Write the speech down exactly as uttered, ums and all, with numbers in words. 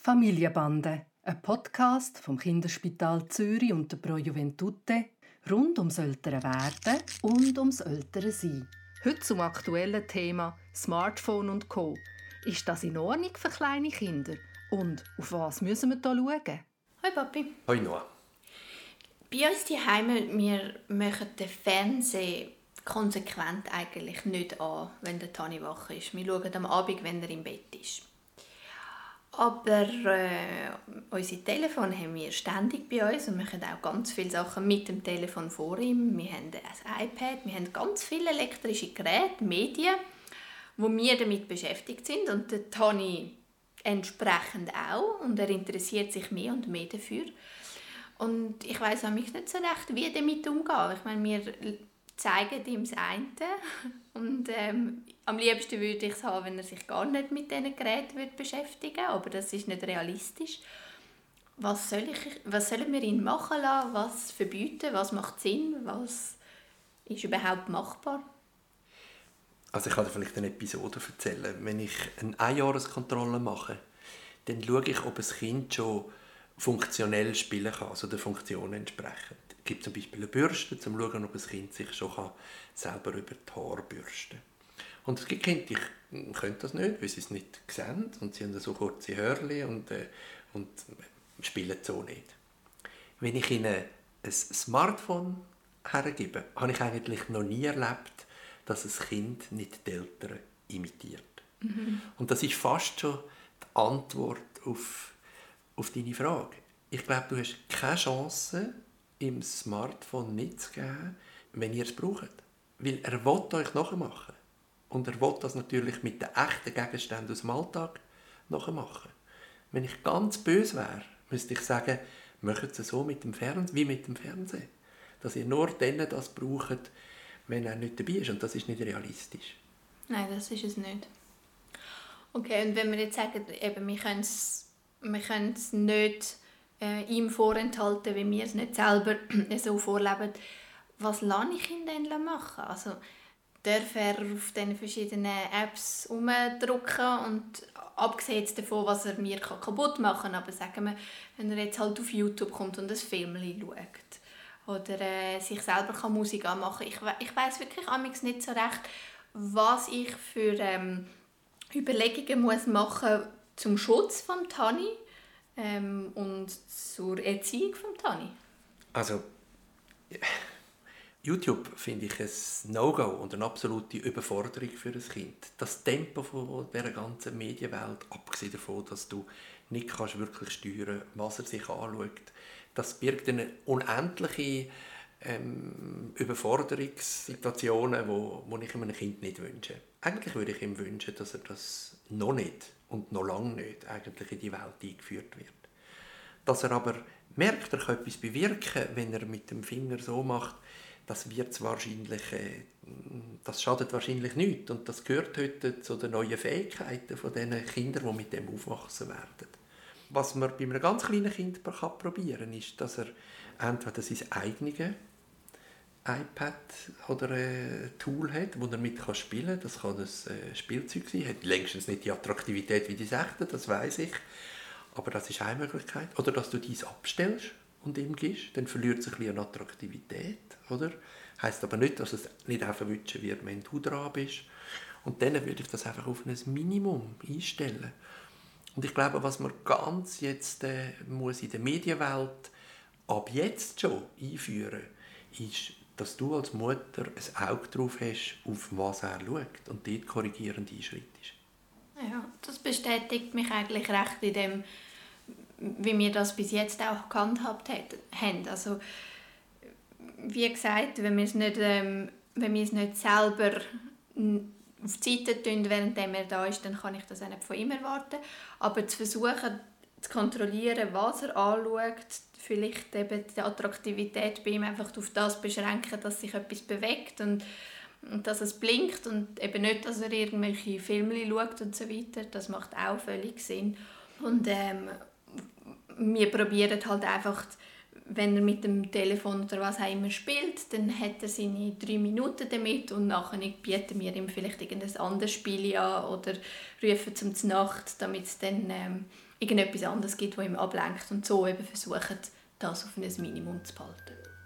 Familienbande, ein Podcast vom Kinderspital Zürich und der Pro Juventute rund ums ältere Werden und ums ältere Sein. Heute zum aktuellen Thema Smartphone und Co. Ist das in Ordnung für kleine Kinder? Und auf was müssen wir hier schauen? Hoi Papi. Hoi Noah. Bei uns zu Hause, wir machen den Fernseher konsequent eigentlich nicht an, wenn der Tani wach ist. Wir schauen am Abend, wenn er im Bett ist. Aber äh, unsere Telefone haben wir ständig bei uns und machen auch ganz viele Sachen mit dem Telefon vor ihm. Wir haben ein iPad, wir haben ganz viele elektrische Geräte, Medien, wo wir damit beschäftigt sind und der Tani entsprechend auch und er interessiert sich mehr und mehr dafür. Und ich weiss auch nicht so recht, wie damit umgehen. Ich meine, wir zeigen ihm das eine und ähm, am liebsten würde ich es haben, wenn er sich gar nicht mit diesen Geräten beschäftigen würde, aber das ist nicht realistisch. Was, soll ich, was sollen wir ihn machen lassen? Was verbieten? Was macht Sinn? Was ist überhaupt machbar? Also ich kann dir vielleicht eine Episode erzählen. Wenn ich eine Einjahreskontrolle mache, dann schaue ich, ob ein Kind schon funktionell spielen kann, also der Funktion entsprechend. Es gibt zum Beispiel eine Bürste, um zu schauen, ob ein Kind sich schon selber über die Haare bürsten kann. Und es gibt Kinder, die können das nicht, weil sie es nicht sehen und sie haben so kurze Hörli und, äh, und spielen so nicht. Wenn ich ihnen ein Smartphone hergebe, habe ich eigentlich noch nie erlebt, dass ein Kind nicht die Eltern imitiert. Mhm. Und das ist fast schon die Antwort auf Auf deine Frage. Ich glaube, du hast keine Chance, im Smartphone mitzugeben, wenn ihr es braucht. Weil er will euch nachmachen. Und er will das natürlich mit den echten Gegenständen aus dem Alltag nachmachen. Wenn ich ganz böse wäre, müsste ich sagen, macht es so mit dem Fernsehen, wie mit dem Fernsehen. Dass ihr nur dann das braucht, wenn er nicht dabei ist. Und das ist nicht realistisch. Nein, das ist es nicht. Okay, und wenn wir jetzt sagen, eben, wir können es Wir können es nicht äh, ihm vorenthalten, wenn wir es nicht selber so vorleben. Was lasse ich ihn denn machen? Also, darf er auf diesen verschiedenen Apps rumdrücken und abgesehen davon, was er mir kaputt machen kann, aber sagen wir, wenn er jetzt halt auf YouTube kommt und ein Film schaut oder äh, sich selber kann Musik anmachen kann. Ich, ich weiss wirklich amigs nicht so recht, was ich für ähm, Überlegungen muss machen muss, zum Schutz von Tani ähm, und zur Erziehung von Tani? Also, YouTube finde ich ein No-Go und eine absolute Überforderung für ein Kind. Das Tempo von dieser ganzen Medienwelt, abgesehen davon, dass du nicht kannst wirklich steuern kannst, was er sich anschaut, das birgt eine unendliche ähm, Überforderungssituationen, wo, wo ich einem Kind nicht wünsche. Eigentlich würde ich ihm wünschen, dass er das noch nicht und noch lange nicht eigentlich in die Welt eingeführt wird. Dass er aber merkt, er kann etwas bewirken, wenn er mit dem Finger so macht, das wird wahrscheinlich, äh, das schadet wahrscheinlich nicht. Und das gehört heute zu den neuen Fähigkeiten von diesen Kindern, die mit dem aufwachsen werden. Was man bei einem ganz kleinen Kind probieren kann, ist, dass er entweder sein eigenes iPad oder ein Tool hat, wo er mit spielen kann. Das kann ein Spielzeug sein. Hat längstens nicht die Attraktivität wie die echten, das weiss ich. Aber das ist eine Möglichkeit. Oder dass du dies abstellst und ihm gibst, dann verliert es ein bisschen an Attraktivität. Oder? Heisst aber nicht, dass es nicht auch verwünschen wird, wenn du dran bist. Und dann würde ich das einfach auf ein Minimum einstellen. Und ich glaube, was man ganz jetzt äh, muss in der Medienwelt ab jetzt schon einführen muss, ist, dass du als Mutter ein Auge drauf hast, auf was er schaut und dort korrigierend einschreitest. Ja, das bestätigt mich eigentlich recht in dem, wie wir das bis jetzt auch gehandhabt haben. Also, wie gesagt, wenn wir es nicht, ähm, wenn wir es nicht selber auf die Seite tun, während er da ist, dann kann ich das auch nicht von ihm erwarten. Aber zu versuchen, zu kontrollieren, was er anschaut, vielleicht eben die Attraktivität bei ihm einfach auf das beschränken, dass sich etwas bewegt und, und dass es blinkt und eben nicht, dass er irgendwelche Filme schaut und so weiter. Das macht auch völlig Sinn. Und ähm, wir probieren halt einfach, wenn er mit dem Telefon oder was auch immer spielt, dann hat er seine drei Minuten damit und nachher bieten wir ihm vielleicht irgendein anderes Spiel an oder rufen zum Nacht, damit es dann ähm, irgendetwas anderes gibt, das ihm ablenkt und so eben versuchen, das auf ein Minimum zu behalten.